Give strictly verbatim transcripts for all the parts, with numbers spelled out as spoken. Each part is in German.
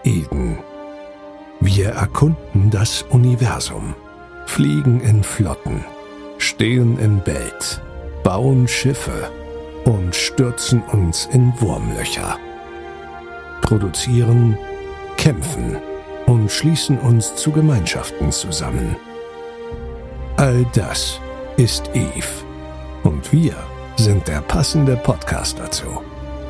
Eden. Wir erkunden das Universum, fliegen in Flotten, stehen im Bett, bauen Schiffe und stürzen uns in Wurmlöcher. Produzieren, kämpfen und schließen uns zu Gemeinschaften zusammen. All das ist Eve. Und wir sind der passende Podcast dazu.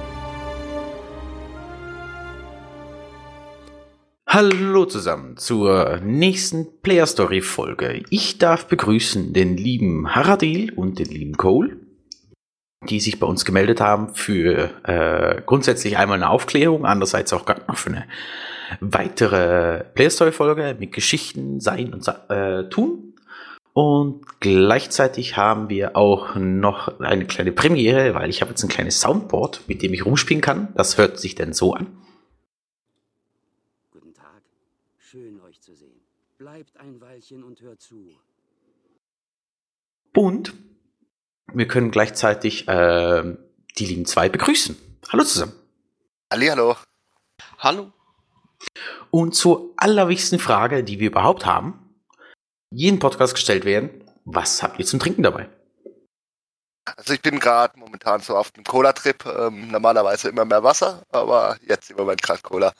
Hallo zusammen zur nächsten Player Story Folge. Ich darf begrüßen den lieben Haradil und den lieben Cole, die sich bei uns gemeldet haben für äh, grundsätzlich einmal eine Aufklärung, andererseits auch gerade noch für eine weitere Player Story Folge mit Geschichten, Sein und äh, Tun. Und gleichzeitig haben wir auch noch eine kleine Premiere, weil ich habe jetzt ein kleines Soundboard, mit dem ich rumspielen kann. Das hört sich denn so an. Schön, euch zu sehen. Bleibt ein Weilchen und hört zu. Und wir können gleichzeitig äh, die lieben zwei begrüßen. Hallo zusammen. Hallihallo. Hallo. Und zur allerwichtigsten Frage, die wir überhaupt haben, jeden Podcast gestellt werden, was habt ihr zum Trinken dabei? Also ich bin gerade momentan so auf dem Cola-Trip. Ähm, normalerweise immer mehr Wasser, aber jetzt im Moment gerade Cola.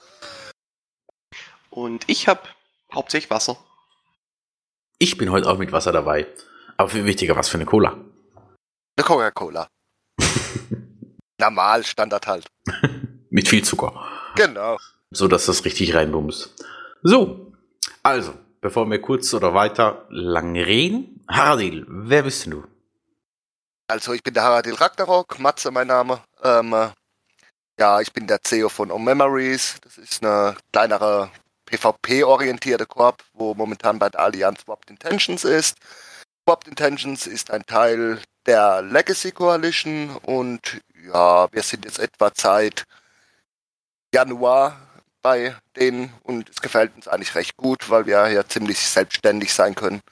Und ich habe hauptsächlich Wasser. Ich bin heute auch mit Wasser dabei. Aber viel wichtiger, was für eine Cola? Eine Coca-Cola. Normal, Standard halt. Mit viel Zucker. Genau. So, dass das richtig reinbumst. So, also, bevor wir kurz oder weiter lang reden. Haradil, wer bist denn du? Also ich bin der Haradil Ragnarok, Matze mein Name. Ähm, ja, ich bin der C E O von On Memories. Das ist eine kleinere PvP-orientierte Koop, wo momentan bei der Allianz Swapped Intentions ist. Swapped Intentions ist ein Teil der Legacy Coalition und ja, wir sind jetzt etwa seit Januar bei denen und es gefällt uns eigentlich recht gut, weil wir ja ziemlich selbstständig sein können.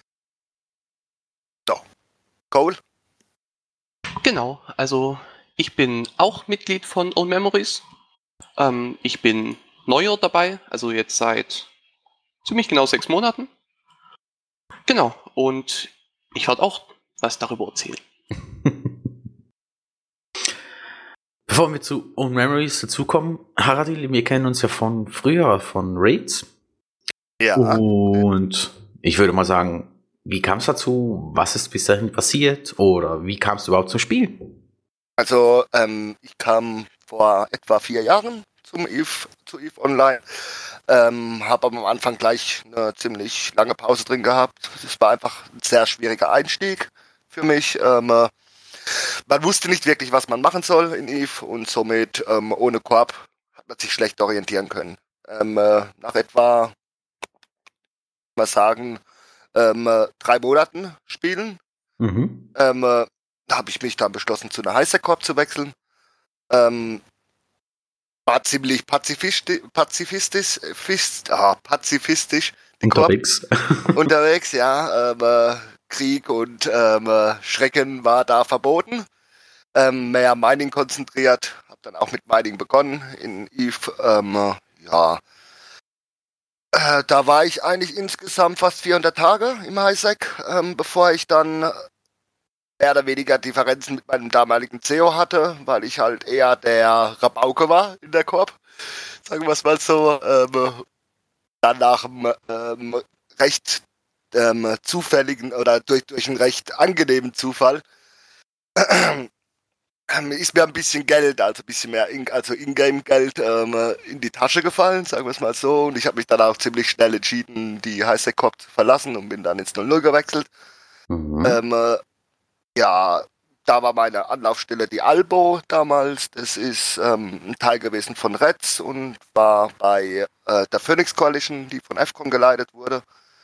So, Cole? Genau, also ich bin auch Mitglied von On Memories. Ähm, ich bin neuer dabei, also jetzt seit ziemlich genau sechs Monaten. Genau, und ich werde auch was darüber erzählen. Bevor wir zu On Memories dazukommen, Haradil, wir kennen uns ja von früher, von Raids. Ja. Und ich würde mal sagen, wie kam es dazu? Was ist bis dahin passiert? Oder wie kam es überhaupt zum Spiel? Also, ähm, ich kam vor etwa vier Jahren zum Eve, zu Eve Online. Ähm, habe am Anfang gleich eine ziemlich lange Pause drin gehabt. Es war einfach ein sehr schwieriger Einstieg für mich. Ähm, äh, man wusste nicht wirklich, was man machen soll in Eve und somit ähm, ohne Koop hat man sich schlecht orientieren können. Ähm, äh, nach etwa, mal sagen, ähm, äh, drei Monaten spielen, Mhm. ähm, äh, habe ich mich dann beschlossen, zu einer Highsec-Koop zu wechseln. Ähm, war ziemlich pazifistisch, pazifistisch, fist, ah, pazifistisch die Unterwegs. Koop unterwegs, ja. Ähm, äh, Krieg und ähm, äh, Schrecken war da verboten. Ähm, mehr Mining konzentriert. Hab dann auch mit Mining begonnen in Eve. Ähm, äh, ja. Äh, da war ich eigentlich insgesamt fast vierhundert Tage im Highsec, ähm, bevor ich dann mehr oder weniger Differenzen mit meinem damaligen C E O hatte, weil ich halt eher der Rabauke war in der Koop, sagen wir es mal so. Ähm, dann nach einem ähm, recht ähm, zufälligen oder durch, durch einen recht angenehmen Zufall ähm, ist mir ein bisschen Geld, also ein bisschen mehr in, also Ingame-Geld ähm, in die Tasche gefallen, sagen wir es mal so. Und ich habe mich dann auch ziemlich schnell entschieden, die Highsec-Koop zu verlassen und bin dann ins null null gewechselt. Mhm. Ähm, äh, Ja, da war meine Anlaufstelle die Albo damals. Das ist ähm, ein Teil gewesen von Reds und war bei äh, der Phoenix Coalition, die von F CON geleitet wurde.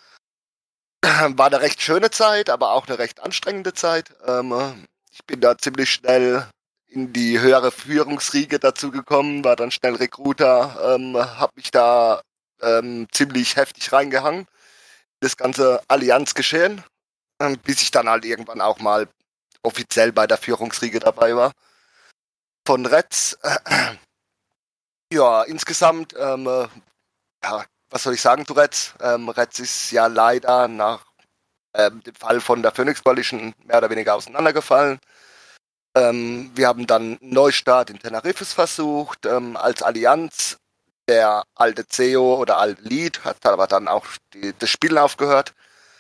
War eine recht schöne Zeit, aber auch eine recht anstrengende Zeit. Ähm, ich bin da ziemlich schnell in die höhere Führungsriege dazu gekommen, war dann schnell Recruiter, ähm, habe mich da ähm, ziemlich heftig reingehangen. Das ganze Allianzgeschehen, ähm, bis ich dann halt irgendwann auch mal offiziell bei der Führungsriege dabei war. Von Reds, äh, Ja, insgesamt, ähm, äh, ja, was soll ich sagen zu Reds? Ähm, Reds ist ja leider nach ähm, dem Fall von der Phoenix Coalition mehr oder weniger auseinandergefallen. Ähm, wir haben dann einen Neustart in Tenerifes versucht, ähm, als Allianz. Der alte C E O oder alte Lead hat aber dann auch die, das Spielen aufgehört.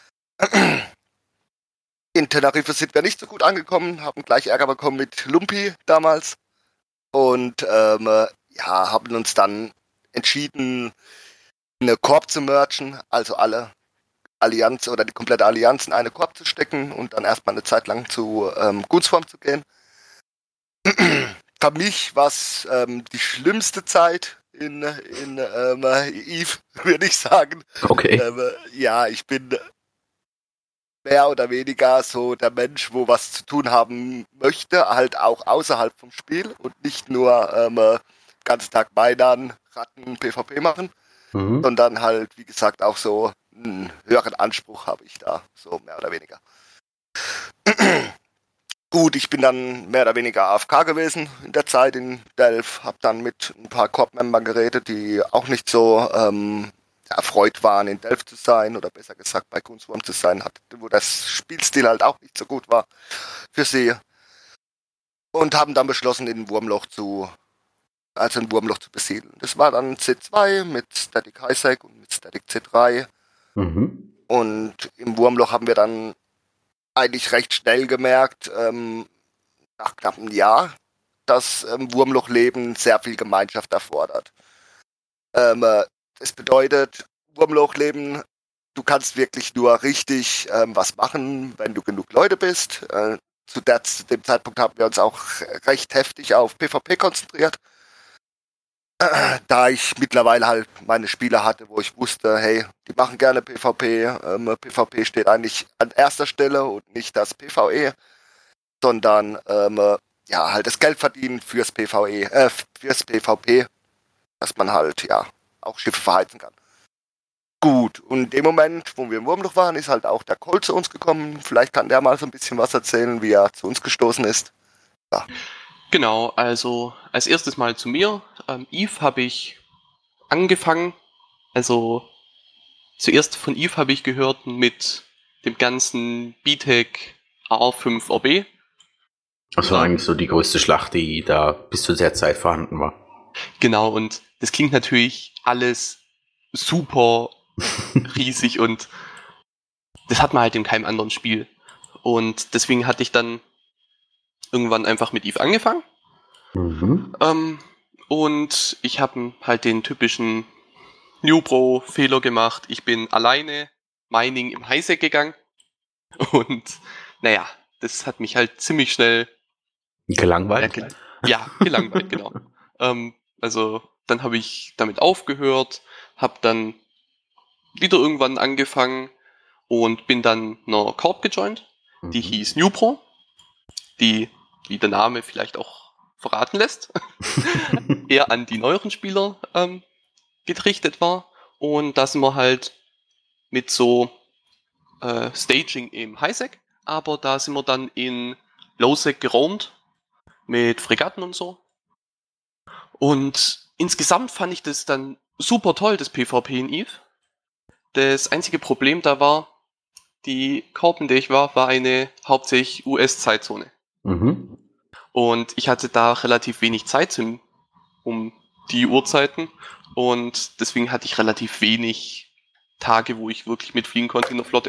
In Tenerife sind wir nicht so gut angekommen, haben gleich Ärger bekommen mit Lumpi damals und ähm, ja, haben uns dann entschieden, eine Korb zu mergen, also alle Allianz oder die komplette Allianz in eine Korb zu stecken und dann erstmal eine Zeit lang zu ähm, Gunsform zu gehen. Für mich war es ähm, die schlimmste Zeit in, in ähm, Eve, würde ich sagen. Okay. Ähm, ja, ich bin mehr oder weniger so der Mensch, wo was zu tun haben möchte, halt auch außerhalb vom Spiel und nicht nur ähm, ganzen Tag Minern, Ratten, PvP machen, Mhm. sondern halt, wie gesagt, auch so einen höheren Anspruch habe ich da, so mehr oder weniger. Gut, ich bin dann mehr oder weniger A F K gewesen in der Zeit in Delph, habe dann mit ein paar Corp-Membern geredet, die auch nicht so ähm, erfreut waren, in Delph zu sein oder besser gesagt bei Gunsworm zu sein, hat, wo das Spielstil halt auch nicht so gut war für sie. Und haben dann beschlossen, in ein Wurmloch zu, also ein Wurmloch zu besiedeln. Das war dann C zwei mit Static Highsec und mit Static C drei. Mhm. Und im Wurmloch haben wir dann eigentlich recht schnell gemerkt, ähm, nach knapp einem Jahr, dass ähm, Wurmlochleben sehr viel Gemeinschaft erfordert. Ähm, äh, das bedeutet, Wurmlochleben, du kannst wirklich nur richtig ähm, was machen, wenn du genug Leute bist. Äh, zu, der, zu dem Zeitpunkt haben wir uns auch recht heftig auf PvP konzentriert. Äh, da ich mittlerweile halt meine Spieler hatte, wo ich wusste, hey, die machen gerne PvP. Ähm, PvP steht eigentlich an erster Stelle und nicht das PvE, sondern ähm, ja, halt das Geld verdienen fürs PvE, äh, fürs PvP, dass man halt, ja, auch Schiffe verheizen kann. Gut, und in dem Moment, wo wir im Wurmloch waren, ist halt auch der Colt zu uns gekommen. Vielleicht kann der mal so ein bisschen was erzählen, wie er zu uns gestoßen ist. Ja. Genau, also als erstes mal zu mir. Ähm, Eve habe ich angefangen, also zuerst von Eve habe ich gehört mit dem ganzen B T E C A fünf R B. Das war Ähm, eigentlich so die größte Schlacht, die da bis zu der Zeit vorhanden war. Genau, und das klingt natürlich alles super riesig und das hat man halt in keinem anderen Spiel. Und deswegen hatte ich dann irgendwann einfach mit Eve angefangen. Mhm. Ähm, und ich habe halt den typischen New Pro-Fehler gemacht. Ich bin alleine Mining im Highsec gegangen. Und naja, das hat mich halt ziemlich schnell Gelangweilt? ja, ge ja gelangweilt, genau. Ähm, also dann habe ich damit aufgehört, habe dann wieder irgendwann angefangen und bin dann einer Corp gejoint. Die Mhm. hieß New Pro, die, wie der Name vielleicht auch verraten lässt, eher an die neueren Spieler ähm, gerichtet war. Und da sind wir halt mit so äh, Staging im Highsec, aber da sind wir dann in Lowsec geroamt mit Fregatten und so. Und insgesamt fand ich das dann super toll, das PvP in Eve. Das einzige Problem da war, die Corp, in der ich war, war eine hauptsächlich U S-Zeitzone. Mhm. Und ich hatte da relativ wenig Zeit zum, um die Uhrzeiten. Und deswegen hatte ich relativ wenig Tage, wo ich wirklich mitfliegen konnte in der Flotte.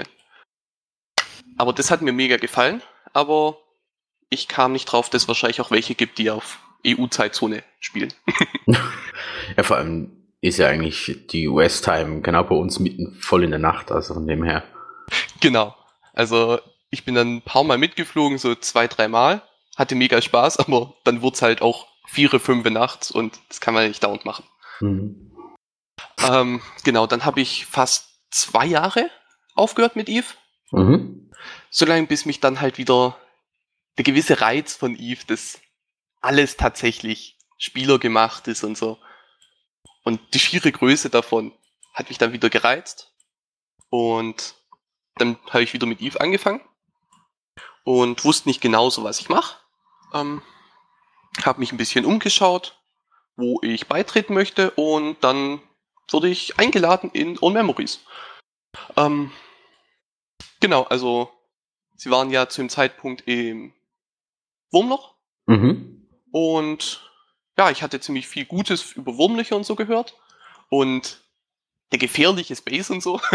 Aber das hat mir mega gefallen. Aber ich kam nicht drauf, dass es wahrscheinlich auch welche gibt, die auf E U-Zeitzone spielen. Ja, vor allem ist ja eigentlich die U S-Time genau bei uns mitten voll in der Nacht, also von dem her. Genau. Also ich bin dann ein paar Mal mitgeflogen, so zwei, drei Mal. Hatte mega Spaß, aber dann wurde es halt auch vier, fünf nachts und das kann man nicht dauernd machen. Mhm. Ähm, genau, dann habe ich fast zwei Jahre aufgehört mit Eve. Mhm. Solange bis mich dann halt wieder der gewisse Reiz von Eve, das alles tatsächlich Spieler gemacht ist und so. Und die schiere Größe davon hat mich dann wieder gereizt. Und dann habe ich wieder mit Eve angefangen und wusste nicht genau so, was ich mache. Ähm, habe mich ein bisschen umgeschaut wo ich beitreten möchte, und dann wurde ich eingeladen in Own Memories. Ähm, genau, also sie waren ja zu dem Zeitpunkt im Wurmloch. Mhm. Und ja, ich hatte ziemlich viel Gutes über Wurmlöcher und so gehört. Und der gefährliche Space und so.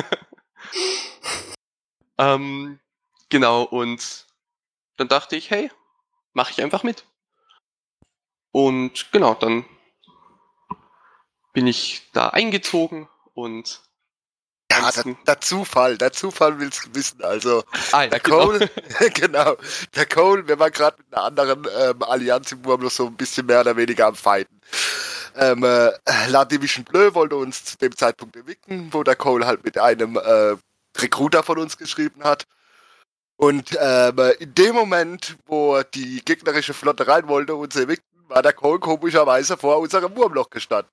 ähm, genau, und dann dachte ich, hey, mache ich einfach mit. Und genau, dann bin ich da eingezogen und Ja, der, der Zufall, der Zufall will's wissen. Also ah, ja, der genau. Cole, genau, der Cole, wir waren gerade mit einer anderen ähm, Allianz im Wurmloch so ein bisschen mehr oder weniger am Fighten. Ähm, äh, La Division Bleu wollte uns zu dem Zeitpunkt evicken, wo der Cole halt mit einem äh, Recruiter von uns geschrieben hat. Und ähm, in dem Moment, wo die gegnerische Flotte rein wollte und uns evicten, war der Cole komischerweise vor unserem Wurmloch gestanden.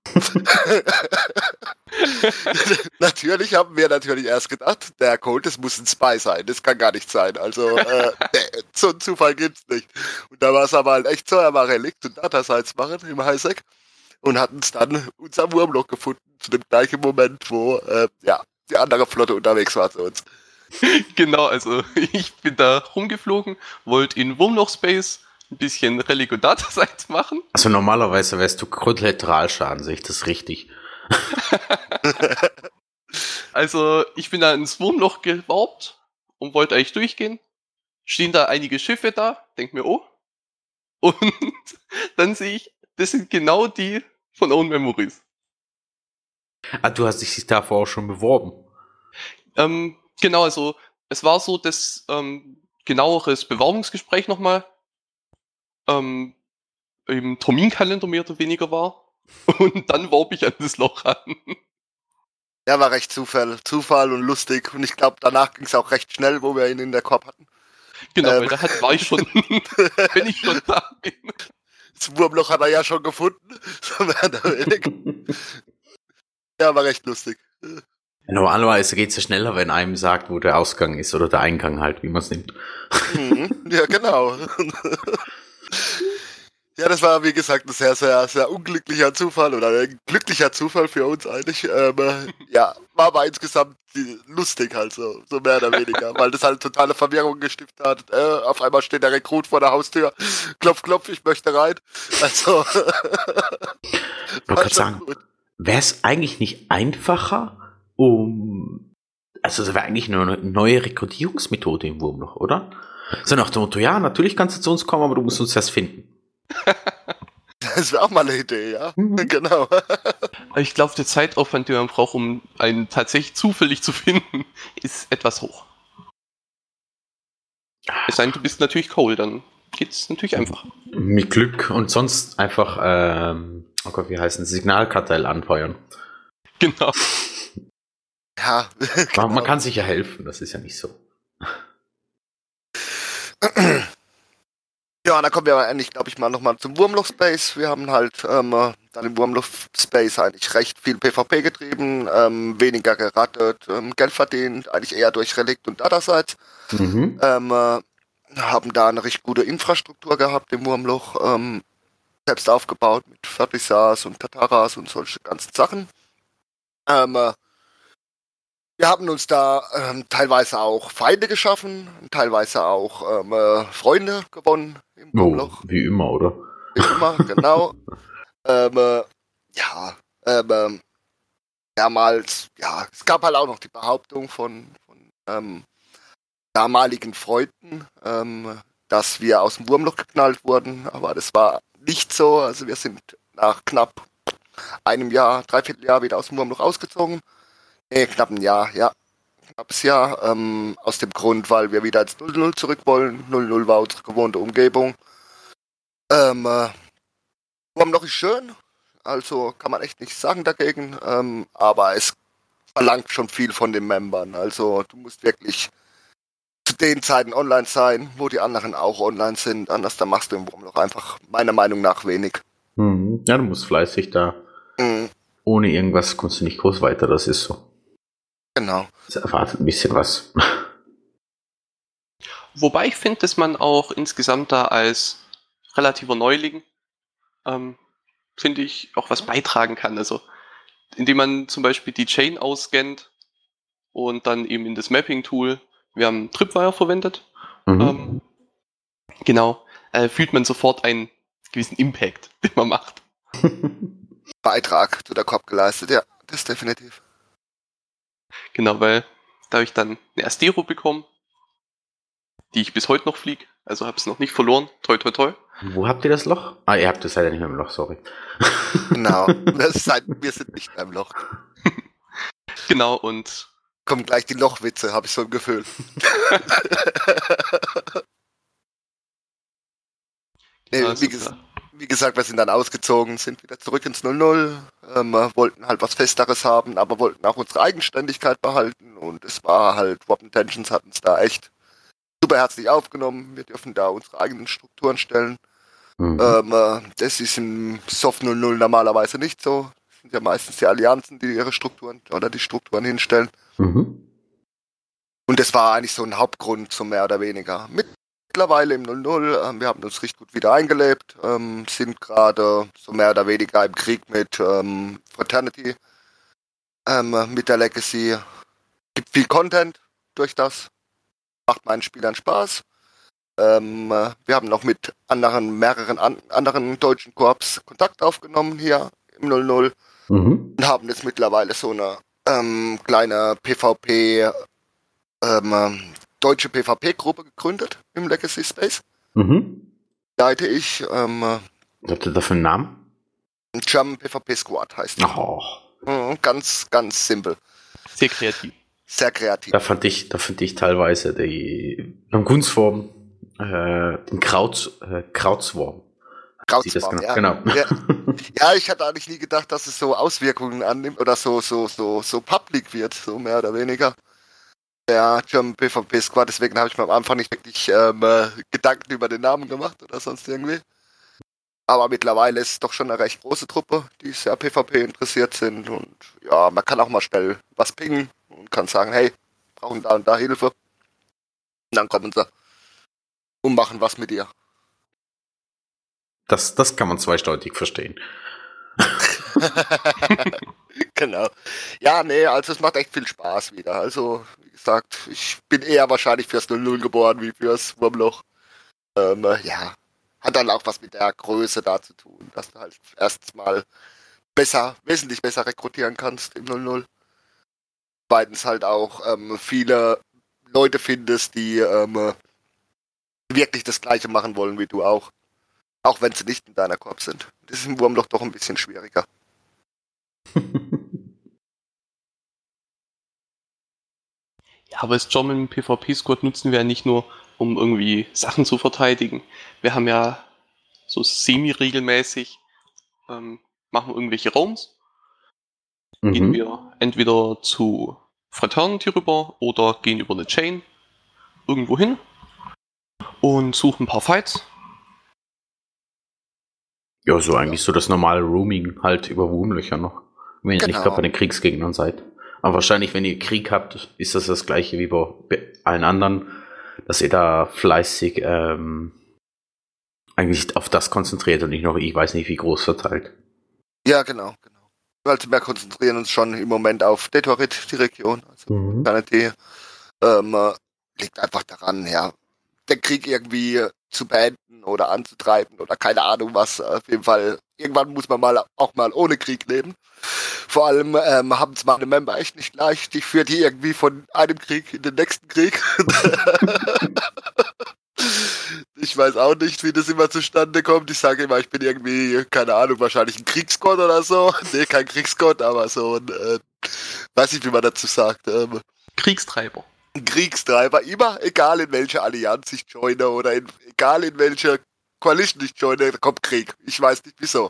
Natürlich haben wir natürlich erst gedacht, der Cole, das muss ein Spy sein, das kann gar nicht sein. Also äh, nee, so einen Zufall gibt's nicht. Und da war es aber halt echt so, er war Relikt und Data Science machen im Highsec und hatten es dann unser Wurmloch gefunden, zu dem gleichen Moment, wo äh, ja die andere Flotte unterwegs war zu uns. Genau, also ich bin da rumgeflogen, wollte in Wurmloch Space ein bisschen Relic und Data Science machen. Also normalerweise wärst du Kollateralschaden, sehe ich das richtig? Also ich bin da ins Wurmloch gewarpt und wollte eigentlich durchgehen. Stehen da einige Schiffe da, denk mir, oh. Und dann sehe ich, das sind genau die von Own Memories. Ah, du hast dich davor auch schon beworben. Ähm, genau, also es war so, dass ähm, genaueres Bewerbungsgespräch nochmal ähm, im Terminkalender mehr oder weniger war. Und dann warb ich an das Loch ran. Ja, war recht Zufall, Zufall und lustig. Und ich glaube, danach ging es auch recht schnell, wo wir ihn in der Korb hatten. Genau, Ähm. weil da hat, war ich schon, wenn ich schon da bin. Das Wurmloch hat er ja schon gefunden. So mehr oder weniger. Ja, war recht lustig. Normalerweise geht es ja schneller, wenn einem sagt, wo der Ausgang ist oder der Eingang halt, wie man es nimmt. Mhm. Ja, genau. Ja, das war, wie gesagt, ein sehr, sehr, sehr unglücklicher Zufall oder ein glücklicher Zufall für uns eigentlich. Ähm, ja, war aber insgesamt lustig halt so, so mehr oder weniger, weil das halt totale Verwirrung gestiftet hat. Äh, auf einmal steht der Rekrut vor der Haustür, klopf, klopf, ich möchte rein. Also, ich wollte gerade sagen, wäre es eigentlich nicht einfacher, um, also es wäre eigentlich eine neue Rekrutierungsmethode im Wurmloch, oder? So nach dem Motto, ja, natürlich kannst du zu uns kommen, aber du musst uns erst finden. Das wäre auch mal eine Idee, ja. Mhm. Genau. Ich glaube, der Zeitaufwand, den man braucht, um einen tatsächlich zufällig zu finden, ist etwas hoch. Es sei denn, du bist natürlich Cole, dann geht's natürlich einfach. Mit Glück und sonst einfach, ähm, oh Gott, wie heißt es, Signalkartell anfeuern. Genau. Ja, genau. Man, man kann sich ja helfen, das ist ja nicht so. Ja, da kommen wir eigentlich, glaube ich, mal nochmal zum Wurmloch-Space. Wir haben halt ähm, dann im Wurmloch-Space eigentlich recht viel PvP getrieben, ähm, weniger gerattet, ähm, Geld verdient, eigentlich eher durch Relikt und Data-Sites. Mhm. Ähm, äh, haben da eine recht gute Infrastruktur gehabt im Wurmloch, ähm, selbst aufgebaut mit Fabricas und Kataras und solche ganzen Sachen. Ähm, äh, Wir haben uns da ähm, teilweise auch Feinde geschaffen, teilweise auch ähm, äh, Freunde gewonnen im Wurmloch. Oh, wie immer, oder? Wie immer, genau. ähm, äh, ja, ähm, damals, ja, es gab halt auch noch die Behauptung von, von ähm, damaligen Freunden, ähm, dass wir aus dem Wurmloch geknallt wurden, aber das war nicht so. Also wir sind nach knapp einem Jahr, dreiviertel Jahr wieder aus dem Wurmloch ausgezogen. Nee, knapp ein Jahr, ja. Knappes Jahr, ähm, aus dem Grund, weil wir wieder ins null null zurück wollen. null null war unsere gewohnte Umgebung. Ähm, äh, Wurmloch ist schön, also kann man echt nichts sagen dagegen, ähm, aber es verlangt schon viel von den Membern. Also du musst wirklich zu den Zeiten online sein, wo die anderen auch online sind. Anders da machst du im Wurmloch einfach meiner Meinung nach wenig. Mhm. Ja, du musst fleißig da. Mhm. Ohne irgendwas kommst du nicht groß weiter, das ist so. Genau. Es erwartet ein bisschen was. Wobei ich finde, dass man auch insgesamt da als relativer Neuling ähm, finde ich, auch was beitragen kann. Also, indem man zum Beispiel die Chain ausscannt und dann eben in das Mapping-Tool, wir haben Tripwire verwendet, Mhm. ähm, genau, äh, fühlt man sofort einen gewissen Impact, den man macht. Beitrag zu der Korb geleistet, ja, das definitiv. Genau, weil da habe ich dann eine Astero bekommen, die ich bis heute noch fliege. Also habe es noch nicht verloren. Toi, toi, toi. Wo habt ihr das Loch? Ah, ihr habt es leider nicht mehr im Loch, sorry. Genau, das ist halt, wir sind nicht mehr im Loch. Genau, und Kommen gleich die Lochwitze, habe ich so im Gefühl. nee, ja, wie, ges wie gesagt, wir sind dann ausgezogen, sind wieder zurück ins null null, ähm, wollten halt was Festeres haben, aber wollten auch unsere Eigenständigkeit behalten und es war halt, Warp Intentions hat uns da echt super herzlich aufgenommen. Wir dürfen da unsere eigenen Strukturen stellen. Mhm. Ähm, äh, das ist im Soft null null normalerweise nicht so. Es sind ja meistens die Allianzen, die ihre Strukturen oder die Strukturen hinstellen. Mhm. Und das war eigentlich so ein Hauptgrund, so mehr oder weniger. Mittlerweile im null null, ähm, wir haben uns richtig gut wieder eingelebt, ähm, sind gerade so mehr oder weniger im Krieg mit ähm, Fraternity, ähm, mit der Legacy. Gibt viel Content durch das, macht meinen Spielern Spaß. Ähm, äh, wir haben noch mit anderen, mehreren an, anderen deutschen Korps Kontakt aufgenommen hier im null null Mhm. und haben jetzt mittlerweile so eine ähm, kleine PvP, ähm, deutsche PvP-Gruppe gegründet im Legacy Space. Mhm. Leite ich, ähm, Habt ihr dafür einen Namen? German PvP Squad heißt die. Oh, Mhm, ganz, ganz simpel. sehr kreativ. Sehr kreativ. da fand ich, da fand ich teilweise die am Kunstform äh, den Krauts, äh, Krautsworm. Sieht das Krautswarm, ja. genau. Ja. Ja, ich hatte eigentlich nie gedacht, dass es so Auswirkungen annimmt oder so, so, so, so public wird, so mehr oder weniger. Der German PvP Squad, deswegen habe ich mir am Anfang nicht wirklich ähm, äh, Gedanken über den Namen gemacht oder sonst irgendwie. Aber mittlerweile ist es doch schon eine recht große Truppe, die sehr PvP interessiert sind und ja, man kann auch mal schnell was pingen und kann sagen, hey, brauchen da und da Hilfe. Und dann kommen sie und machen was mit dir. Das, das kann man zweideutig verstehen. Genau. Ja, nee, also es macht echt viel Spaß wieder. Also, wie gesagt, ich bin eher wahrscheinlich fürs null null geboren wie fürs Wurmloch. Ähm, äh, ja, hat dann auch was mit der Größe da zu tun, dass du halt erstens mal besser, wesentlich besser rekrutieren kannst im null null. Zweitens halt auch ähm, viele Leute findest, die ähm, wirklich das Gleiche machen wollen wie du auch. Auch wenn sie nicht in deiner Korb sind. Das ist im Wurmloch doch ein bisschen schwieriger. Ja, aber das German PvP Squad nutzen wir ja nicht nur, um irgendwie Sachen zu verteidigen. Wir haben ja so semi-regelmäßig, ähm, machen wir irgendwelche Roams, gehen Mhm. wir entweder zu Fraternity rüber oder gehen über eine Chain irgendwo hin und suchen ein paar Fights. Ja, so eigentlich so das normale Roaming halt über Wurmlöcher noch. Wenn ihr nicht Genau. gerade bei den Kriegsgegnern seid. Aber wahrscheinlich, wenn ihr Krieg habt, ist das das gleiche wie bei allen anderen, dass ihr da fleißig ähm, eigentlich auf das konzentriert und nicht noch, ich weiß nicht, wie groß verteilt. Ja, genau, genau. Also wir konzentrieren uns schon im Moment auf Detorit, die Region. Also Mhm. Fraternity, ähm, äh, liegt einfach daran, ja, den Krieg irgendwie zu beenden oder anzutreiben oder keine Ahnung was. Auf jeden Fall, irgendwann muss man mal auch mal ohne Krieg leben. Vor allem ähm, haben es meine Member echt nicht leicht. Ich führe die irgendwie von einem Krieg in den nächsten Krieg. Ich weiß auch nicht, wie das immer zustande kommt. Ich sage immer, ich bin irgendwie, keine Ahnung, wahrscheinlich ein Kriegsgott oder so. Nee, kein Kriegsgott, aber so ein, äh, weiß nicht, wie man dazu sagt, ähm, Kriegstreiber. ein Kriegstreiber. Immer, egal in welcher Allianz ich joine oder in, egal in welcher Coalition ich joine, da kommt Krieg. Ich weiß nicht, wieso.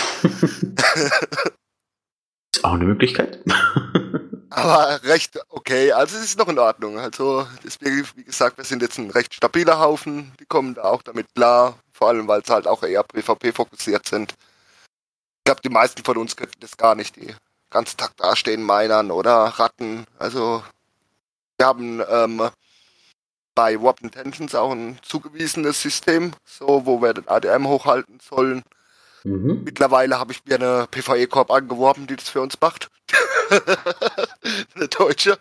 Ist auch eine Möglichkeit. Aber recht okay, also es ist noch in Ordnung. Also deswegen, wie gesagt, wir sind jetzt ein recht stabiler Haufen. Die kommen da auch damit klar. Vor allem, weil sie halt auch eher PvP fokussiert sind. Ich glaube, die meisten von uns könnten das gar nicht, die ganzen Tag dastehen, Minern oder Ratten. Also wir haben ähm, bei Warp Intentions auch ein zugewiesenes System, so wo wir den A D M hochhalten sollen. Mhm. Mittlerweile habe ich mir eine PvE-Corp angeworben, die das für uns macht. Eine Deutsche.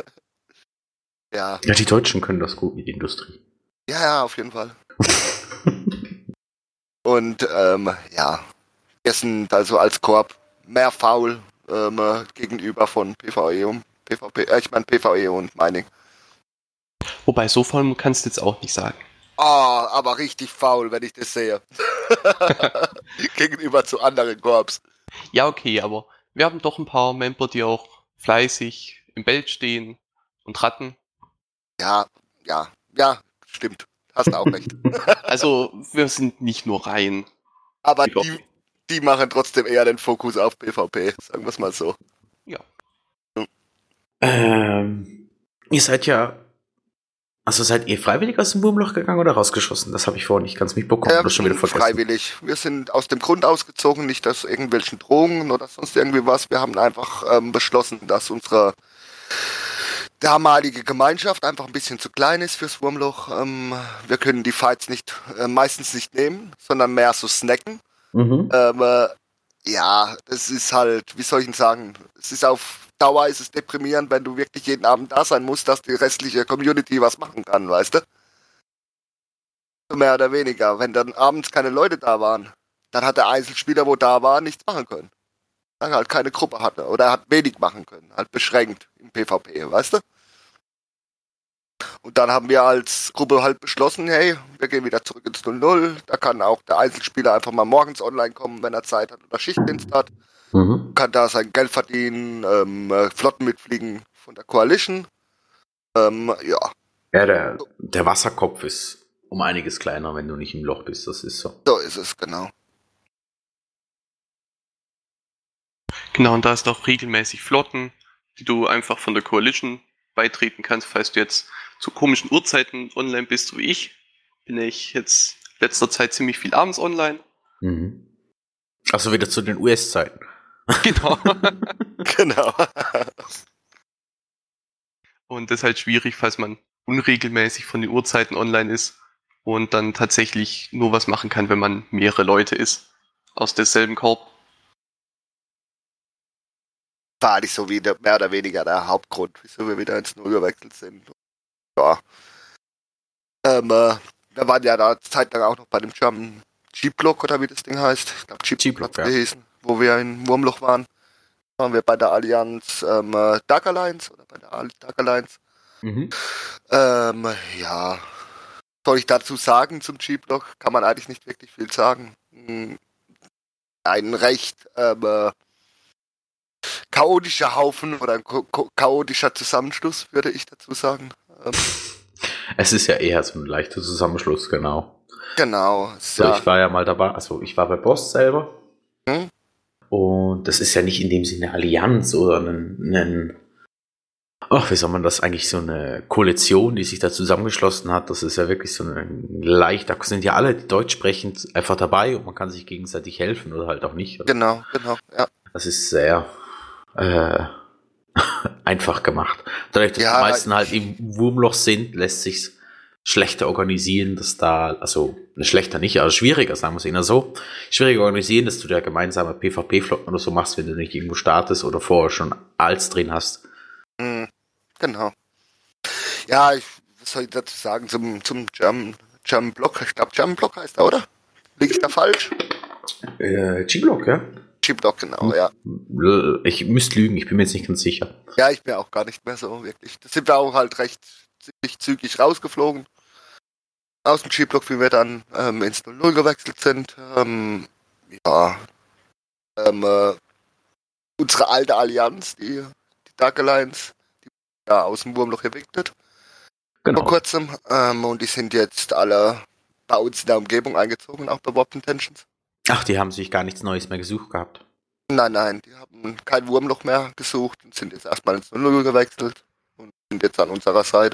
Ja. Ja, die Deutschen können das gut mit Industrie. Ja, ja, auf jeden Fall. Und ähm, ja, wir sind also als Korb mehr faul ähm, gegenüber von PvE und PvP, äh, ich meine PvE und Mining. Wobei, so voll kannst du jetzt auch nicht sagen. Ah, aber richtig faul, wenn ich das sehe. Gegenüber zu anderen Korps. Ja, okay, aber wir haben doch ein paar Member, die auch fleißig im Bild stehen und ratten. Ja, ja, ja, stimmt. Hast auch recht. Also, wir sind nicht nur rein. Aber PvP. die, die machen trotzdem eher den Fokus auf PvP, sagen wir es mal so. Ja. Ähm, ihr seid ja, also seid ihr freiwillig aus dem Wurmloch gegangen oder rausgeschossen? Das habe ich vorhin nicht ganz mitbekommen. Ja, oder schon wieder vergessen. freiwillig. Wir sind aus dem Grund ausgezogen, nicht aus irgendwelchen Drohungen oder sonst irgendwie was. Wir haben einfach ähm, beschlossen, dass unsere damalige Gemeinschaft einfach ein bisschen zu klein ist fürs Wurmloch. Ähm, wir können die Fights nicht, äh, meistens nicht nehmen, sondern mehr so snacken. Mhm. Ähm, äh, ja, das ist halt, wie soll ich denn sagen, es ist auf Dauer ist es deprimierend, wenn du wirklich jeden Abend da sein musst, dass die restliche Community was machen kann, weißt du? So mehr oder weniger. Wenn dann abends keine Leute da waren, dann hat der Einzelspieler, wo da war, nichts machen können. Weil er halt keine Gruppe hatte oder er hat wenig machen können, halt beschränkt im PvP, weißt du? Und dann haben wir als Gruppe halt beschlossen, hey, wir gehen wieder zurück ins null null. Da kann auch der Einzelspieler einfach mal morgens online kommen, wenn er Zeit hat oder Schichtdienst hat. Mhm. Kann da sein Geld verdienen, ähm, Flotten mitfliegen von der Coalition. Ähm, ja. Ja, der, der Wasserkopf ist um einiges kleiner, wenn du nicht im Loch bist. Das ist so. So ist es, genau. Genau, und da ist auch regelmäßig Flotten, die du einfach von der Coalition beitreten kannst, falls du jetzt zu komischen Uhrzeiten online bist, so wie ich. Bin ich jetzt letzter Zeit ziemlich viel abends online. Mhm. Also wieder zu den U S-Zeiten. Genau. Genau. Und das ist halt schwierig, falls man unregelmäßig von den Uhrzeiten online ist und dann tatsächlich nur was machen kann, wenn man mehrere Leute ist aus derselben Korb. War eigentlich so wie der, mehr oder weniger der Hauptgrund, wieso wir wieder ins Null gewechselt sind. Ja. Ähm, äh, wir waren ja da zeitlang auch noch bei dem German G-Block oder wie das Ding heißt. Ich glaube G-Block ja. hießen, wo wir in Wurmloch waren. Waren wir bei der Allianz ähm, äh, Dark Alliance oder bei der Al- Dark Alliance. Mhm. Ähm, ja. Soll ich dazu sagen zum G-Block? Kann man eigentlich nicht wirklich viel sagen. Hm, Ein recht ähm, äh, chaotischer Haufen oder ein ko- ko- chaotischer Zusammenschluss, würde ich dazu sagen. Ähm, Es ist ja eher so ein leichter Zusammenschluss, genau. genau. So, Ja. ich war ja mal dabei, also ich war bei Boss selber. Hm? Und das ist ja nicht in dem Sinne Allianz oder ein, ein ach, wie soll man das eigentlich, so eine Koalition, die sich da zusammengeschlossen hat. Das ist ja wirklich so ein leichter, da sind ja alle deutsch sprechend einfach dabei und man kann sich gegenseitig helfen oder halt auch nicht. Genau, genau, ja. Das ist sehr äh, einfach gemacht. Dadurch, dass Ja, die meisten halt im Wurmloch sind, lässt sich's schlechter organisieren, dass da, also schlechter nicht, aber schwieriger, sagen wir es eher so, schwieriger organisieren, dass du da gemeinsame PvP-Flotten oder so machst, wenn du nicht irgendwo startest oder vorher schon Alts drin hast. Mhm, genau. Ja, ich, was soll ich dazu sagen zum, zum German, German Block? Ich glaube, German Block heißt er, oder? Liege ich da falsch? Äh, G-Block, ja? G-Block, genau, ja. Ich müsste lügen, ich bin mir jetzt nicht ganz sicher. Ja, ich bin auch gar nicht mehr so wirklich. Da sind wir auch halt recht ziemlich zügig rausgeflogen. Aus dem G-Block, wie wir dann ähm, ins null null gewechselt sind. Ähm, ja. Ähm, äh, unsere alte Allianz, die, die Dark Alliance, die ja aus dem Wurmloch evicted. Genau. Vor kurzem. Ähm, und die sind jetzt alle bei uns in der Umgebung eingezogen, auch bei Warp Intentions. Ach, die haben sich gar nichts Neues mehr gesucht gehabt. Nein, nein, die haben kein Wurmloch mehr gesucht und sind jetzt erstmal ins null null gewechselt und sind jetzt an unserer Seite.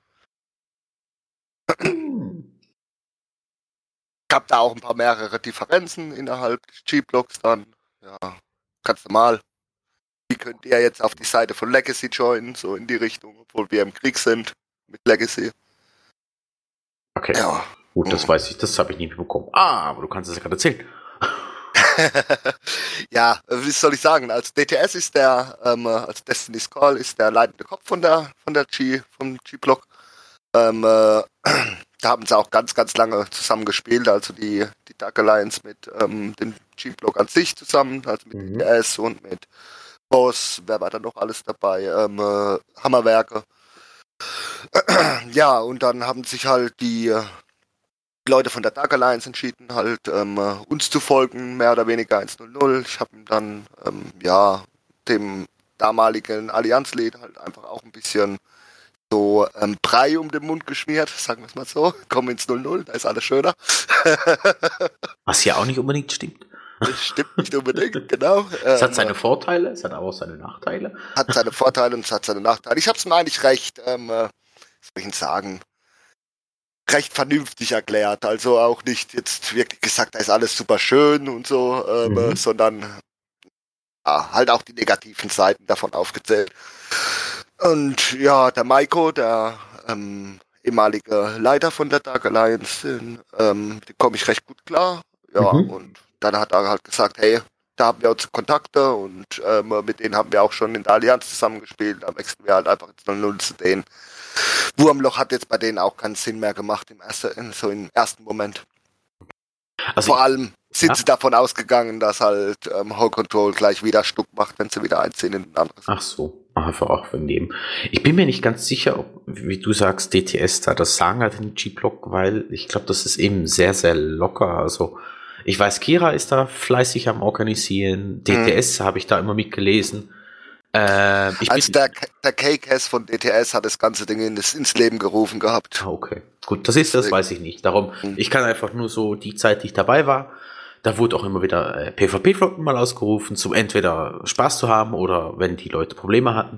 Gab da auch ein paar mehrere Differenzen innerhalb des G-Blocks dann. Ja, ganz normal. Wie könnt ihr jetzt auf die Seite von Legacy joinen, so in die Richtung, obwohl wir im Krieg sind mit Legacy. Okay, Ja. gut, das weiß ich, das habe ich nie bekommen. Ah, aber du kannst es ja gerade erzählen. Ja, wie soll ich sagen? Also D T S ist der, ähm, also Destiny's Call ist der leitende Kopf von der von der G, vom G-Block. Ähm, äh, da haben sie auch ganz, ganz lange zusammen gespielt, also die, die Dark Alliance mit ähm, dem G-Block an sich zusammen, also mit Mhm. D T S und mit Boss, wer war da noch alles dabei? Ähm, äh, Hammerwerke. Ja, und dann haben sich halt die äh, Leute von der Dark Alliance entschieden, halt ähm, äh, uns zu folgen, mehr oder weniger eins null null. Ich habe ihm dann, ähm, ja, dem damaligen Allianzlead halt einfach auch ein bisschen so ähm, Brei um den Mund geschmiert, sagen wir es mal so. Komm ins null null, da ist alles schöner. Was ja auch nicht unbedingt stimmt. Das stimmt nicht unbedingt, genau. Es hat Ähm, seine Vorteile, es hat aber auch seine Nachteile. hat seine Vorteile und es hat seine Nachteile. Ich habe es mir eigentlich recht, ähm, äh, was soll ich denn sagen, recht vernünftig erklärt. Also auch nicht jetzt wirklich gesagt, da ist alles super schön und so, ähm, Mhm. äh, sondern ja, halt auch die negativen Seiten davon aufgezählt. Und ja, der Maiko, der ähm, ehemalige Leiter von der Dark Alliance, den, ähm, mit dem komme ich recht gut klar. Ja, Mhm. und dann hat er halt gesagt, hey, da haben wir unsere Kontakte und ähm, mit denen haben wir auch schon in der Allianz zusammengespielt. Da wechseln wir halt einfach jetzt null null zu denen. Wurmloch hat jetzt bei denen auch keinen Sinn mehr gemacht im ersten, so im ersten Moment. Also Vor allem sind ja. sie davon ausgegangen, dass halt ähm, Whole Control gleich wieder Stuck macht, wenn sie wieder einziehen in ein anderes. Ach so, einfach auch wegen dem. Ich bin mir nicht ganz sicher, ob, wie du sagst, D T S da das Sagen hat in G-Block, weil ich glaube, das ist eben sehr, sehr locker. Also ich weiß, Kira ist da fleißig am Organisieren. D T S habe ich da immer mitgelesen. Äh, ich Also bin, der, der K-Cast von D T S hat das ganze Ding ins, ins Leben gerufen gehabt. Ah, okay. Gut, das ist das, weiß ich nicht. Darum, ich kann einfach nur so die Zeit, die ich dabei war, da wurde auch immer wieder äh, PvP-Flotten mal ausgerufen, zum entweder Spaß zu haben oder wenn die Leute Probleme hatten.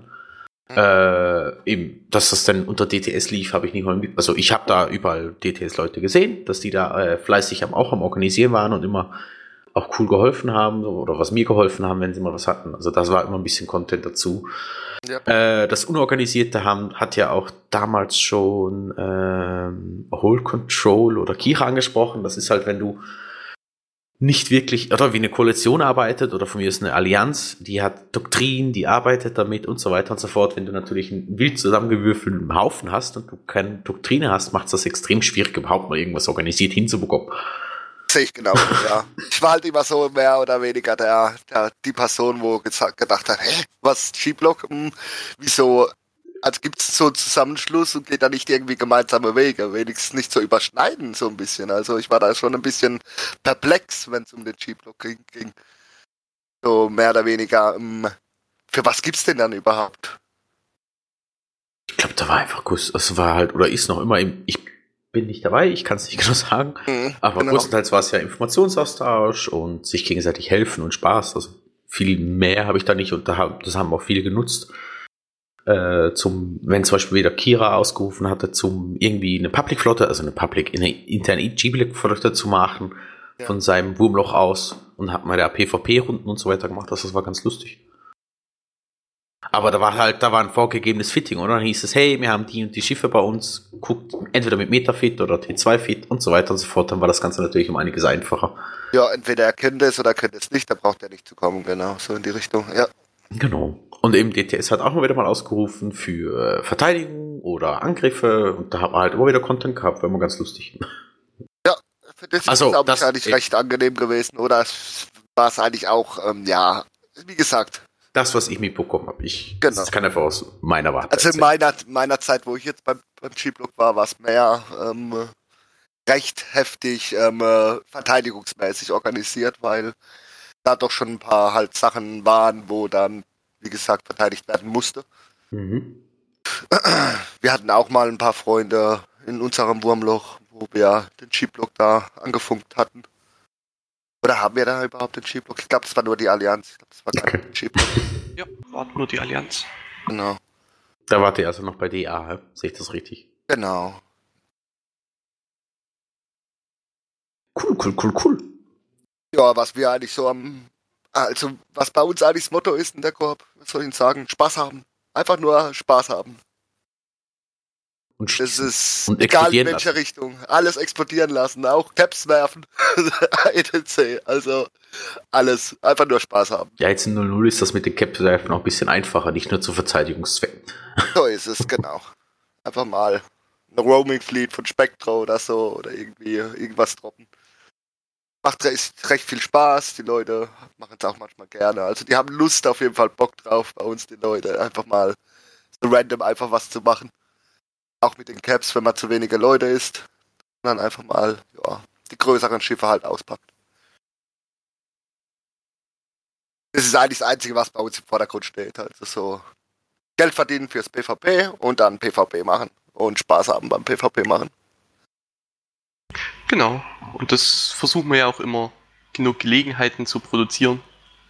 Äh, eben, dass das dann unter D T S lief, habe ich nicht mal mit. Also ich habe da überall D T S-Leute gesehen, dass die da äh, fleißig am, auch am Organisieren waren und immer auch cool geholfen haben so, oder was mir geholfen haben, wenn sie mal was hatten. Also das war immer ein bisschen Content dazu. Ja. Äh, das Unorganisierte haben, hat ja auch damals schon ähm, Whole Control oder Kira angesprochen. Das ist halt, wenn du nicht wirklich, oder wie eine Koalition arbeitet, oder von mir ist eine Allianz, die hat Doktrin, die arbeitet damit und so weiter und so fort. Wenn du natürlich einen wild zusammengewürfelten Haufen hast und du keine Doktrine hast, macht es das extrem schwierig, überhaupt mal irgendwas organisiert hinzubekommen. Sehe ich genau, ja. Ich war halt immer so mehr oder weniger der, der die Person, wo gesagt, gedacht hat, hä, was, G-Block, hm, wieso, also gibt es so einen Zusammenschluss und geht da nicht irgendwie gemeinsame Wege, wenigstens nicht so überschneiden, so ein bisschen. Also ich war da schon ein bisschen perplex, wenn es um den G-Block ging, ging. So mehr oder weniger, hm, für was gibt's denn dann überhaupt? Ich glaube, da war einfach Guss, es war halt, oder ist noch immer, im, ich bin nicht dabei, ich kann es nicht genau sagen, Mhm, aber genau. größtenteils war es ja Informationsaustausch und sich gegenseitig helfen und Spaß. Also viel mehr habe ich da nicht und da, das haben auch viele genutzt. Äh, zum, wenn zum Beispiel wieder Kira ausgerufen hatte, zum irgendwie eine Public-Flotte, also eine Public, eine interne G-Block-Flotte zu machen, Ja. von seinem Wurmloch aus und hat mal da PvP-Runden und so weiter gemacht. Das, das war ganz lustig. Aber da war halt, da war ein vorgegebenes Fitting, oder? Dann hieß es, hey, wir haben die und die Schiffe bei uns, guckt entweder mit Metafit oder T zwei Fit und so weiter und so fort. Dann war das Ganze natürlich um einiges einfacher. Ja, entweder er kennt es oder er kennt es nicht, da braucht er nicht zu kommen, genau, so in die Richtung, ja. Genau. Und eben D T S hat auch mal wieder mal ausgerufen für Verteidigung oder Angriffe und da hat man halt immer wieder Content gehabt, war immer ganz lustig. Für das Also, ist es, glaube ich, das- eigentlich recht angenehm gewesen, oder es war es eigentlich auch, ähm, ja, wie gesagt, Das, was ich mitbekommen habe, ich Genau. das kann einfach aus meiner Warte also in erzählen. meiner, meiner Zeit, wo ich jetzt beim, beim G-Block war, war es mehr ähm, recht heftig ähm, äh, verteidigungsmäßig organisiert, weil da doch schon ein paar halt Sachen waren, wo dann, wie gesagt, verteidigt werden musste. Mhm. Wir hatten auch mal ein paar Freunde in unserem Wurmloch, wo wir den G-Block da angefunkt hatten. Oder haben wir da überhaupt den G-Block? Ich glaube, das war nur die Allianz. Ich glaube, das war gar Okay. nicht der G-Block. Ja, war nur die Allianz. Genau. Da wart ihr also noch bei D A, hä? Sehe ich das richtig? Genau. Cool, cool, cool, cool. Ja, was wir eigentlich so am, also was bei uns eigentlich das Motto ist in der Koop, was soll ich Ihnen sagen? Spaß haben. Einfach nur Spaß haben. Und Das schießen. ist Und egal in explodieren welche lassen. Richtung. Alles explodieren lassen, auch Caps werfen, et cetera. Also alles. Einfach nur Spaß haben. Ja, jetzt in null null ist das mit den Cap-Werfen auch ein bisschen einfacher, nicht nur zu Verteidigungszwecken. So ist es, genau. Einfach mal eine Roaming Fleet von Spectro oder so oder irgendwie irgendwas droppen. Macht recht, recht viel Spaß, die Leute machen es auch manchmal gerne. Also die haben Lust auf jeden Fall, Bock drauf bei uns, die Leute, einfach mal so random einfach was zu machen. Auch mit den Caps, wenn man zu wenige Leute ist, dann einfach mal ja, die größeren Schiffe halt auspackt. Das ist eigentlich das Einzige, was bei uns im Vordergrund steht. Also so Geld verdienen fürs PvP und dann PvP machen und Spaß haben beim PvP machen. Genau. Und das versuchen wir ja auch immer, genug Gelegenheiten zu produzieren.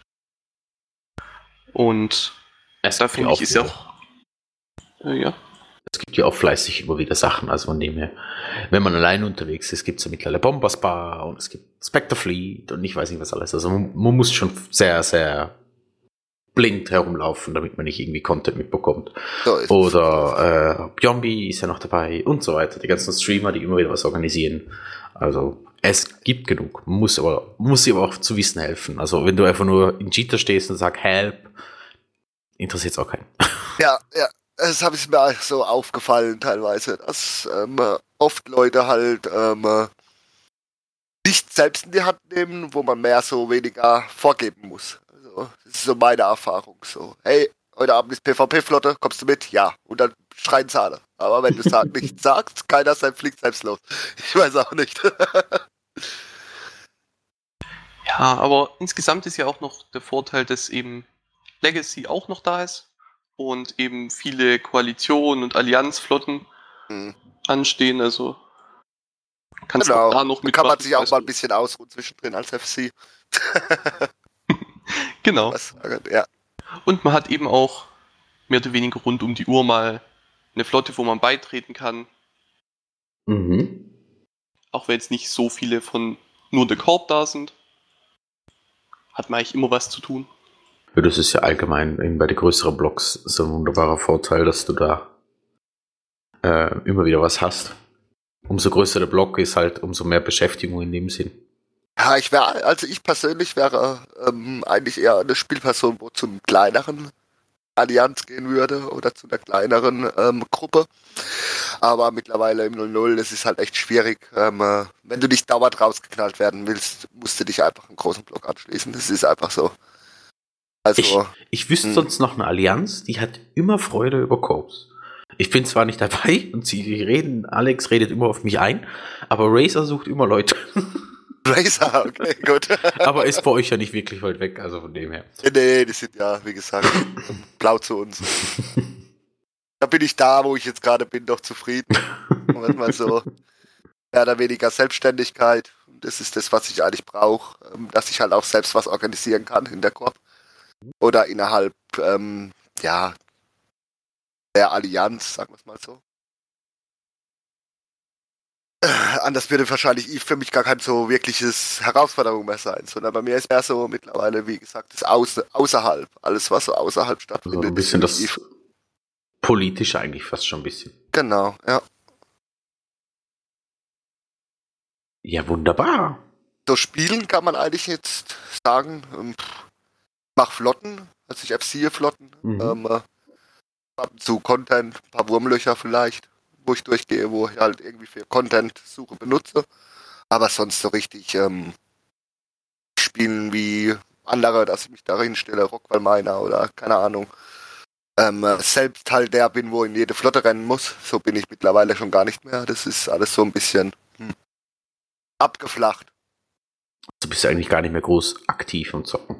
Und Es da gibt finde ja ich, ist ja auch. Äh, ja. Es gibt ja auch fleißig immer wieder Sachen, also von dem her, wenn man allein unterwegs ist, gibt es ja mittlerweile Bomberspar und es gibt Spectre Fleet und ich weiß nicht was alles. Also man, man muss schon sehr, sehr blind herumlaufen, damit man nicht irgendwie Content mitbekommt. So ist es. Oder äh, Bjombi ist ja noch dabei und so weiter. Die ganzen Streamer, die immer wieder was organisieren. Also es gibt genug. Man muss aber, muss sie aber auch zu Wissen helfen. Also wenn du einfach nur in Cheater stehst und sagst Help, interessiert es auch keinen. Ja, ja. Das habe ich mir so aufgefallen teilweise, dass ähm, oft Leute halt ähm, nicht selbst in die Hand nehmen, wo man mehr so weniger vorgeben muss. Also, das ist so meine Erfahrung. So, hey, heute Abend ist PvP-Flotte, kommst du mit? Ja. Und dann schreien sie alle. Aber wenn du sag, nichts sagst, keiner sein fliegt selbst los. Ich weiß auch nicht. Ja, aber insgesamt ist ja auch noch der Vorteil, dass eben Legacy auch noch da ist und eben viele Koalitionen und Allianzflotten Hm. anstehen, also kannst du Genau. auch da noch Da kann man mitmachen. sich auch weißt mal du. ein bisschen ausruhen zwischendrin als F C. Genau. Was sagen, ja. Und man hat eben auch mehr oder weniger rund um die Uhr mal eine Flotte, wo man beitreten kann, Mhm. auch wenn jetzt nicht so viele von nur der Corp da sind. Hat man eigentlich immer was zu tun. Ja, das ist ja allgemein eben bei den größeren Blocks so ein wunderbarer Vorteil, dass du da äh, immer wieder was hast. Umso größer der Block ist halt, umso mehr Beschäftigung in dem Sinn. Ja, ich wäre, also ich persönlich wäre ähm, eigentlich eher eine Spielperson, wo zum kleineren Allianz gehen würde oder zu einer kleineren ähm, Gruppe. Aber mittlerweile im null null, das ist halt echt schwierig. Ähm, äh, wenn du nicht dauernd rausgeknallt werden willst, musst du dich einfach einen großen Block anschließen. Das ist einfach so. Also, Ich, ich wüsste hm. sonst noch eine Allianz, die hat immer Freude über Corps. Ich bin zwar nicht dabei und sie reden, Alex redet immer auf mich ein, aber Razer sucht immer Leute. Razer, okay, gut. Aber ist bei euch ja nicht wirklich weit weg, also von dem her. Nee, die sind ja, wie gesagt, blau zu uns. Da bin ich da, wo ich jetzt gerade bin, doch zufrieden. Und mal so mehr oder weniger Selbstständigkeit. Und das ist das, was ich eigentlich brauche, ähm, dass ich halt auch selbst was organisieren kann in der Korb. Oder innerhalb, ähm, ja, der Allianz, sagen wir es mal so. Äh, anders würde wahrscheinlich Eve für mich gar kein so wirkliches Herausforderung mehr sein, sondern bei mir ist mehr so mittlerweile, wie gesagt, das Außer, außerhalb, alles was so außerhalb stattfindet. Also ein bisschen ist das Eve. Politische eigentlich fast schon ein bisschen. Genau, ja. Ja, wunderbar. So spielen kann man eigentlich jetzt sagen, ähm, mach Flotten, also ich F C-Flotten, Mhm. ähm, äh, ab und zu Content, ein paar Wurmlöcher vielleicht, wo ich durchgehe, wo ich halt irgendwie für Content-Suche benutze. Aber sonst so richtig ähm, spielen wie andere, dass ich mich da hinstelle, Rockwell Miner oder keine Ahnung. Ähm, äh, selbst halt der bin, wo in jede Flotte rennen muss. So bin ich mittlerweile schon gar nicht mehr. Das ist alles so ein bisschen hm, abgeflacht. Du bist ja eigentlich gar nicht mehr groß aktiv am Zocken.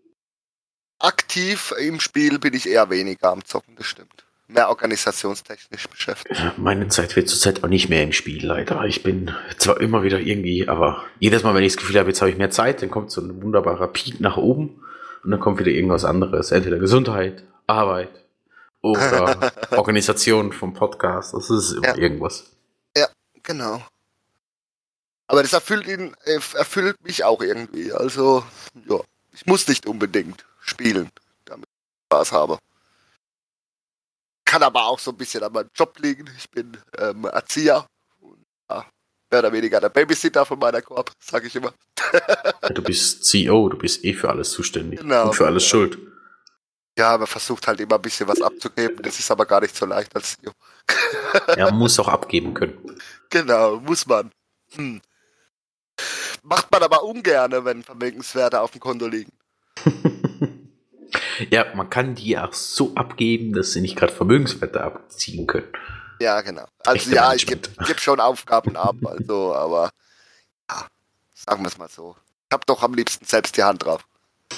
Aktiv im Spiel bin ich eher weniger am Zocken, das stimmt. Mehr organisationstechnisch beschäftigt. Ja, meine Zeit wird zurzeit auch nicht mehr im Spiel, leider. Ich bin zwar immer wieder irgendwie, aber jedes Mal, wenn ich das Gefühl habe, jetzt habe ich mehr Zeit, dann kommt so ein wunderbarer Peak nach oben und dann kommt wieder irgendwas anderes. Entweder Gesundheit, Arbeit oder Organisation vom Podcast. Das ist immer Ja. irgendwas. Genau. Aber das erfüllt ihn, erfüllt mich auch irgendwie. Also, ja, ich muss nicht unbedingt spielen, damit ich Spaß habe. kann aber auch so ein bisschen an meinem Job liegen. Ich bin ähm, Erzieher und ja, mehr oder weniger der Babysitter von meiner Korb, sage ich immer. Du bist C E O, du bist eh für alles zuständig Genau. und für alles schuld. Ja, man versucht halt immer ein bisschen was abzugeben. Das ist aber gar nicht so leicht als C E O. Er muss auch abgeben können. Genau, muss man. Hm. Macht man aber ungern, wenn Vermögenswerte auf dem Konto liegen. Ja, man kann die auch so abgeben, dass sie nicht gerade Vermögenswerte abziehen können. Ja, genau. Also Echte ja, ich Management. gebe geb schon Aufgaben ab, also, aber ja, sagen wir es mal so. Ich habe doch am liebsten selbst die Hand drauf.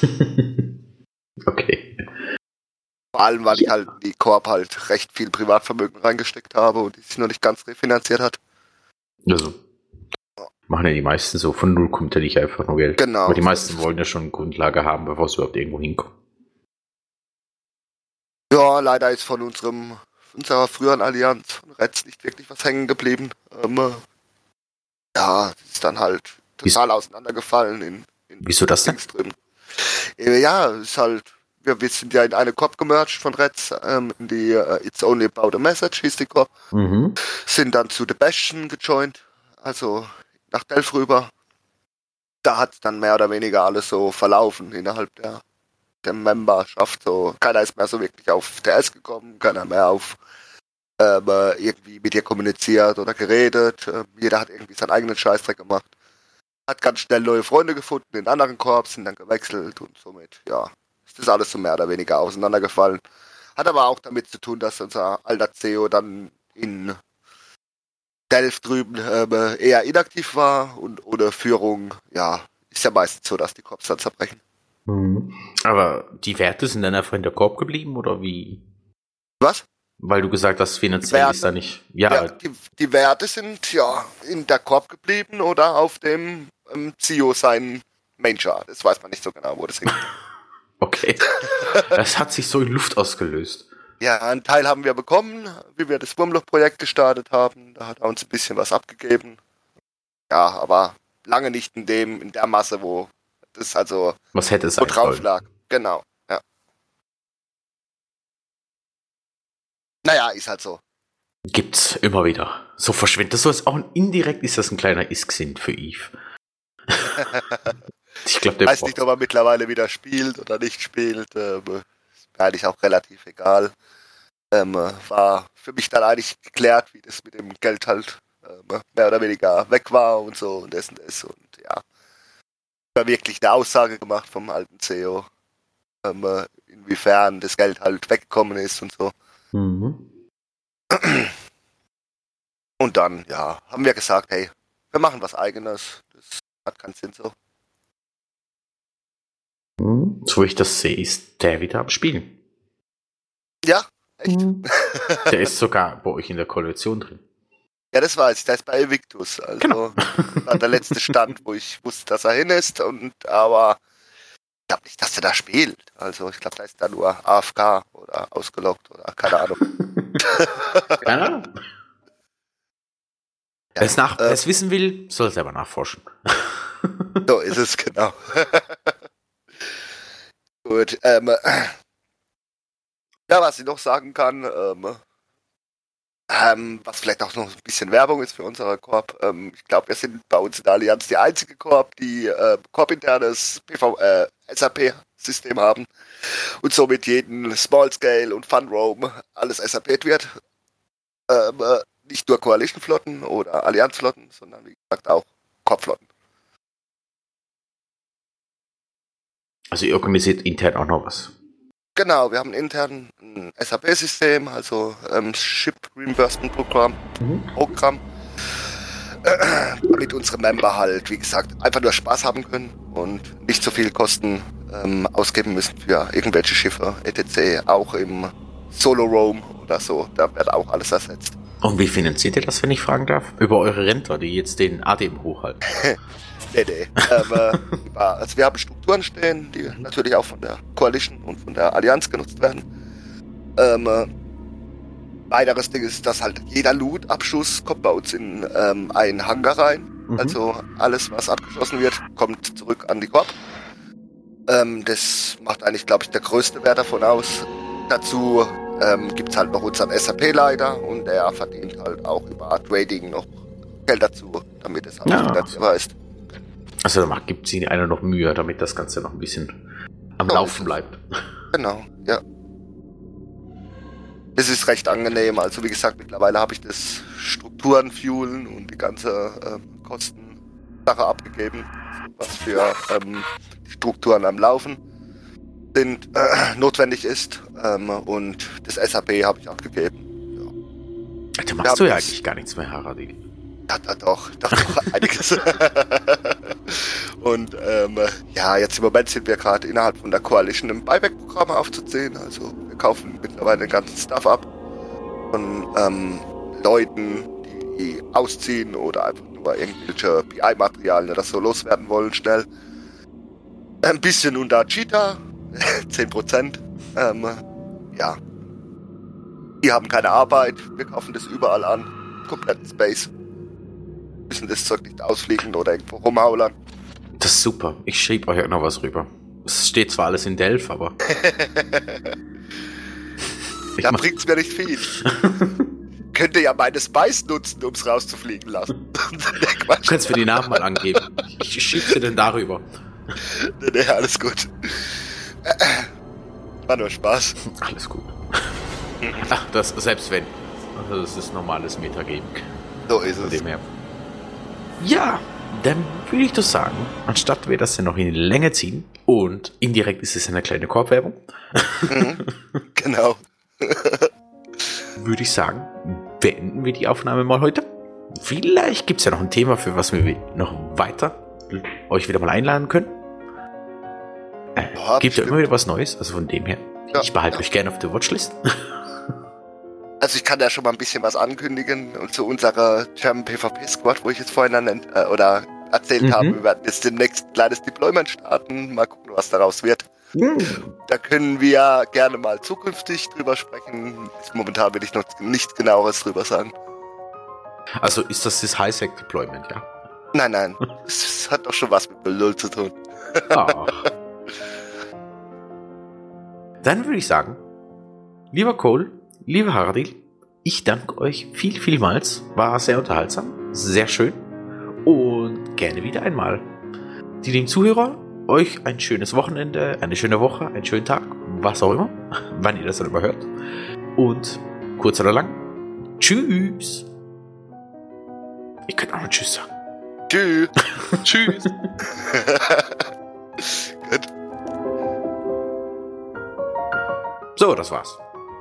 Okay. Vor allem, weil ich halt in die Korb halt recht viel Privatvermögen reingesteckt habe und die sich noch nicht ganz refinanziert hat. Also, machen ja die meisten so. Von null kommt ja nicht einfach nur Geld. Genau. Aber die meisten wollen ja schon eine Grundlage haben, bevor sie überhaupt irgendwo hinkommen. Ja, leider ist von unserem unserer früheren Allianz von Retz nicht wirklich was hängen geblieben. Ähm, ja, das ist dann halt total auseinandergefallen in, in Wieso das denn? Dings drin. Äh, Ja, ist halt, wir, wir sind ja in eine Korb gemerged von Retz, ähm, in die uh, It's Only About a Message hieß die Korb. Mhm. Sind dann zu The Bastion gejoint, also nach Delph rüber. Da hat dann mehr oder weniger alles so verlaufen innerhalb der, der Memberschaft. So, keiner ist mehr so wirklich auf T S gekommen, keiner mehr auf ähm, irgendwie mit ihr kommuniziert oder geredet. Ähm, jeder hat irgendwie seinen eigenen Scheißdreck gemacht. Hat ganz schnell neue Freunde gefunden in anderen Korps, sind dann gewechselt und somit, ja, ist das alles so mehr oder weniger auseinandergefallen. Hat aber auch damit zu tun, dass unser alter C E O dann in Delph drüben äh, eher inaktiv war und ohne Führung, ja, ist ja meistens so, dass die Korps dann zerbrechen. Mhm. Aber die Werte sind dann einfach in der Korb geblieben oder wie? Was? Weil du gesagt hast, finanziell Werte. ist da nicht. Ja, Ja, die, die Werte sind ja in der Korb geblieben oder auf dem ähm, C E O sein Main-Chart. Das weiß man nicht so genau, wo das hängt. okay. Das hat sich so in Luft ausgelöst. Ja, einen Teil haben wir bekommen, wie wir das Wurmloch-Projekt gestartet haben. Da hat er uns ein bisschen was abgegeben. Ja, aber lange nicht in dem, in der Masse, wo das also Was hätte es wo sein drauf sollen? lag. Genau, ja. Naja, ist halt so. Gibt's immer wieder. So verschwindet das so. Ist auch indirekt ist das ein kleiner Isk-Sinn für Eve. Ich glaube, der Weiß braucht- nicht, ob er mittlerweile wieder spielt oder nicht spielt. Ähm, ist mir eigentlich auch relativ egal. Ähm, war für mich dann eigentlich geklärt, wie das mit dem Geld halt ähm, mehr oder weniger weg war und so und das und das. Und ja, war wirklich eine Aussage gemacht vom alten C E O, ähm, inwiefern das Geld halt weggekommen ist und so. Mhm. Und dann, ja, haben wir gesagt, hey, wir machen was Eigenes. Das hat keinen Sinn so. Mhm. So wie ich das sehe, ist der wieder am Spielen. Ja, echt. Der ist sogar bei euch in der Koalition drin. Ja, das weiß ich. Der ist bei Evictus. Also Genau. das war der letzte Stand, wo ich wusste, dass er hin ist. Und aber ich glaube nicht, dass er da spielt. Also ich glaube, da ist da nur A F K oder ausgeloggt oder keine Ahnung. Keine Ahnung. Wer es nach- äh, wer es wissen will, soll es selber nachforschen. So ist es, genau. Gut. Ähm, ja, was ich noch sagen kann, ähm, ähm, was vielleicht auch noch ein bisschen Werbung ist für unsere Korb. Ähm, ich glaube, wir sind bei uns in der Allianz die einzige Korb, die äh, Korb-internes P V, äh, S A P-System haben und somit jeden Small Scale und Fun Roam alles S A P'd wird. Ähm, äh, nicht nur Coalition-Flotten oder Allianz-Flotten, sondern wie gesagt auch Korb-Flotten. Also ihr organisiert intern auch noch was. Genau, wir haben intern ein S A P-System, also ähm, Ship Reimbursement Programm, Mhm. Programm, äh, damit unsere Member halt, wie gesagt, einfach nur Spaß haben können und nicht so viel Kosten ähm, ausgeben müssen für irgendwelche Schiffe, et cetera. Auch im Solo-Roam oder so, da wird auch alles ersetzt. Und wie finanziert ihr das, wenn ich fragen darf? Über eure Rentner, die jetzt den A D M hochhalten. Nee, nee. ähm, äh, über- also wir haben Strukturen stehen, die natürlich auch von der Coalition und von der Allianz genutzt werden. Ähm, äh, weiteres Ding ist, dass halt jeder Loot-Abschuss kommt bei uns in ähm, einen Hangar rein. Mhm. Also alles, was abgeschossen wird, kommt zurück an die Korb. Ähm, das macht eigentlich, glaube ich, der größte Wert davon aus. Dazu ähm, gibt es halt noch unseren S A P-Leiter und der verdient halt auch über Trading noch Geld dazu, damit es halt Ja. finanzierbar ist. Also da gibt sie einer noch Mühe, damit das Ganze noch ein bisschen am So Laufen ist bleibt. Genau, ja. Das ist recht angenehm. Also wie gesagt, mittlerweile habe ich das Strukturen, Fuelen und die ganze ähm, Kostensache abgegeben, was für ähm, die Strukturen am Laufen sind, äh, notwendig ist. Ähm, und das S A P habe ich abgegeben. Da machst Ja, du ja das- eigentlich gar nichts mehr, Haradi. Ja, da doch, doch, doch einiges. Und ähm, ja, jetzt im Moment sind wir gerade innerhalb von der Coalition im Buyback-Programm aufzuziehen. Also wir kaufen mittlerweile den ganzen Stuff ab von ähm, Leuten, die ausziehen oder einfach nur irgendwelche P I-Materialien oder so loswerden wollen, schnell. Ein bisschen unter Cheetah, zehn Prozent. Ähm, ja. Die haben keine Arbeit, wir kaufen das überall an. Kompletten Space. Müssen das Zeug nicht ausfliegen oder irgendwo rumhaulern. Das ist super. Ich schrieb euch auch noch was rüber. Es steht zwar alles in Delph, aber ich Da mach- bringt's mir nicht viel. Könnt ihr ja meine Spice nutzen, um's rauszufliegen lassen. Nee, du Quatsch. kannst mir die Namen mal angeben. Ich schieb sie denn darüber. Nee, nee, alles gut. War nur Spaß. Alles gut. Ach, das selbst wenn. Also das ist normales Metagaming. So ist Von es. dem her. Ja, dann würde ich doch sagen, anstatt wir das dann noch in die Länge ziehen und indirekt ist es eine kleine Korbwerbung, Genau. würde ich sagen, beenden wir die Aufnahme mal heute. Vielleicht gibt es ja noch ein Thema, für was wir noch weiter euch wieder mal einladen können. Äh, Ja, gibt ja bestimmt. immer wieder was Neues, also von dem her. Ja, ich behalte ja. euch gerne auf der Watchlist. Also ich kann ja schon mal ein bisschen was ankündigen und zu unserer German PvP Squad, wo ich jetzt vorhin nennt, äh, oder erzählt Mhm. habe, wir werden jetzt demnächst ein kleines Deployment starten, mal gucken, was daraus wird. Da können wir gerne mal zukünftig drüber sprechen. Momentan will ich noch nichts genaueres drüber sagen. Also ist das das Highsec Deployment, ja? Nein, nein, es hat doch schon was mit Null zu tun. Ach. Dann würde ich sagen, lieber Cole, lieber Haradil, ich danke euch viel, vielmals. War sehr unterhaltsam, sehr schön und gerne wieder einmal. Die lieben Zuhörer, euch ein schönes Wochenende, eine schöne Woche, einen schönen Tag, was auch immer, wann ihr das dann überhört. Und kurz oder lang, tschüss. Ich könnte auch noch Tschüss sagen. Tschüss. Tschüss. Gut. So, das war's.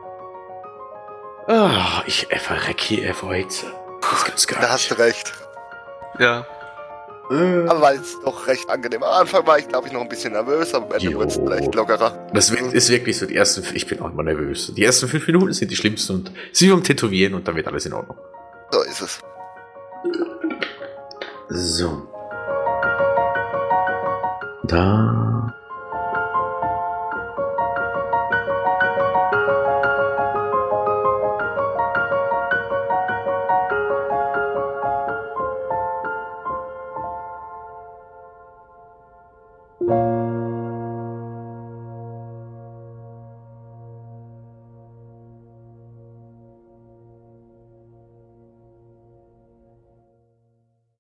Ah, ich verreck hier vor Hitze. Das gibt's gar Da hast nicht. du recht. Ja. Aber weil es doch recht angenehm. Am Anfang war ich, glaube ich, noch ein bisschen nervös, aber am Ende Jo. wurde es dann echt lockerer. Das wird- ist wirklich so die ersten, ich bin auch immer nervös. Die ersten fünf Minuten sind die schlimmsten und sie vom Tätowieren und dann wird alles in Ordnung. So ist es. So.